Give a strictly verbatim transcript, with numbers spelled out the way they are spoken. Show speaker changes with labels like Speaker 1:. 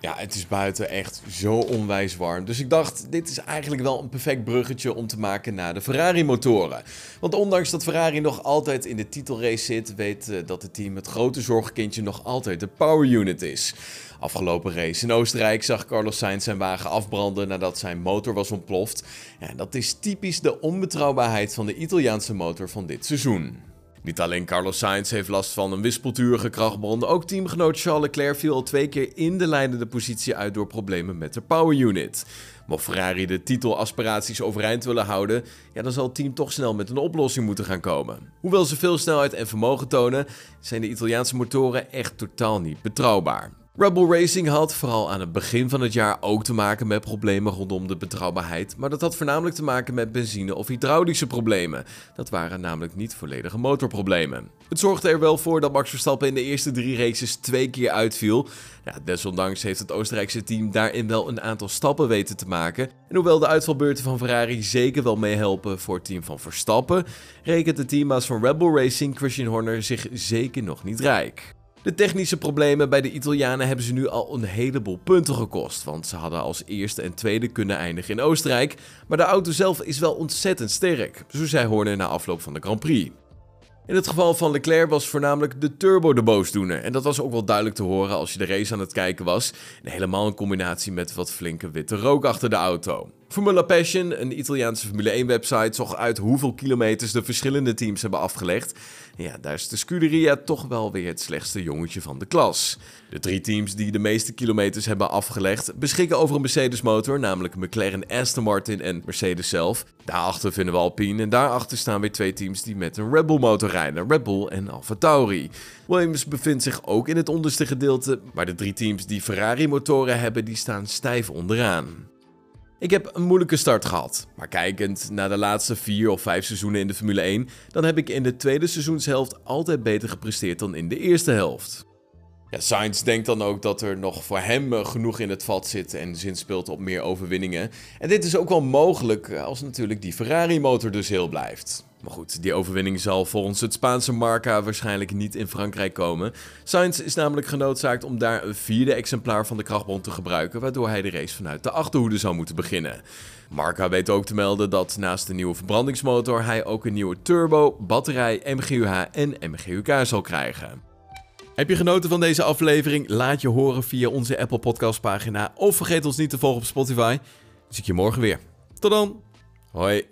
Speaker 1: Ja, het is buiten echt zo onwijs warm. Dus ik dacht, dit is eigenlijk wel een perfect bruggetje om te maken naar de Ferrari-motoren. Want ondanks dat Ferrari nog altijd in de titelrace zit, weet uh, dat het team het grote zorgkindje nog altijd de power unit is. Afgelopen race in Oostenrijk zag Carlos Sainz zijn wagen afbranden nadat zijn motor was ontploft. Ja, dat is typisch de onbetrouwbaarheid van de Italiaanse motor van dit seizoen. Niet alleen Carlos Sainz heeft last van een wispelturige krachtbron, ook teamgenoot Charles Leclerc viel al twee keer in de leidende positie uit door problemen met de power unit. Mocht Ferrari de titelaspiraties overeind willen houden, ja, dan zal het team toch snel met een oplossing moeten gaan komen. Hoewel ze veel snelheid en vermogen tonen, zijn de Italiaanse motoren echt totaal niet betrouwbaar. Red Bull Racing had vooral aan het begin van het jaar ook te maken met problemen rondom de betrouwbaarheid, maar dat had voornamelijk te maken met benzine- of hydraulische problemen. Dat waren namelijk niet volledige motorproblemen. Het zorgde er wel voor dat Max Verstappen in de eerste drie races twee keer uitviel. Ja, desondanks heeft het Oostenrijkse team daarin wel een aantal stappen weten te maken. En hoewel de uitvalbeurten van Ferrari zeker wel meehelpen voor het team van Verstappen, rekent de teammaat van Red Bull Racing, Christian Horner, zich zeker nog niet rijk. De technische problemen bij de Italianen hebben ze nu al een heleboel punten gekost, want ze hadden als eerste en tweede kunnen eindigen in Oostenrijk, maar de auto zelf is wel ontzettend sterk, zo zei Horner na afloop van de Grand Prix. In het geval van Leclerc was voornamelijk de turbo de boosdoener en dat was ook wel duidelijk te horen als je de race aan het kijken was, en helemaal in combinatie met wat flinke witte rook achter de auto. Formula Passion, een Italiaanse Formule één website, zocht uit hoeveel kilometers de verschillende teams hebben afgelegd. En ja, daar is de Scuderia toch wel weer het slechtste jongetje van de klas. De drie teams die de meeste kilometers hebben afgelegd beschikken over een Mercedes motor, namelijk McLaren, Aston Martin en Mercedes zelf. Daarachter vinden we Alpine en daarachter staan weer twee teams die met een Red Bull motor rijden, Red Bull en AlphaTauri. Williams bevindt zich ook in het onderste gedeelte, maar de drie teams die Ferrari motoren hebben, die staan stijf onderaan. Ik heb een moeilijke start gehad, maar kijkend naar de laatste vier of vijf seizoenen in de Formule één, dan heb ik in de tweede seizoenshelft altijd beter gepresteerd dan in de eerste helft. Ja, Sainz denkt dan ook dat er nog voor hem genoeg in het vat zit en zin speelt op meer overwinningen. En dit is ook wel mogelijk als natuurlijk die Ferrari-motor dus heel blijft. Maar goed, die overwinning zal volgens het Spaanse Marca waarschijnlijk niet in Frankrijk komen. Sainz is namelijk genoodzaakt om daar een vierde exemplaar van de krachtbron te gebruiken, waardoor hij de race vanuit de achterhoede zou moeten beginnen. Marca weet ook te melden dat naast de nieuwe verbrandingsmotor hij ook een nieuwe turbo, batterij, M G U H en M G U K zal krijgen. Heb je genoten van deze aflevering? Laat je horen via onze Apple Podcast pagina of vergeet ons niet te volgen op Spotify. Dan zie ik je morgen weer. Tot dan. Hoi.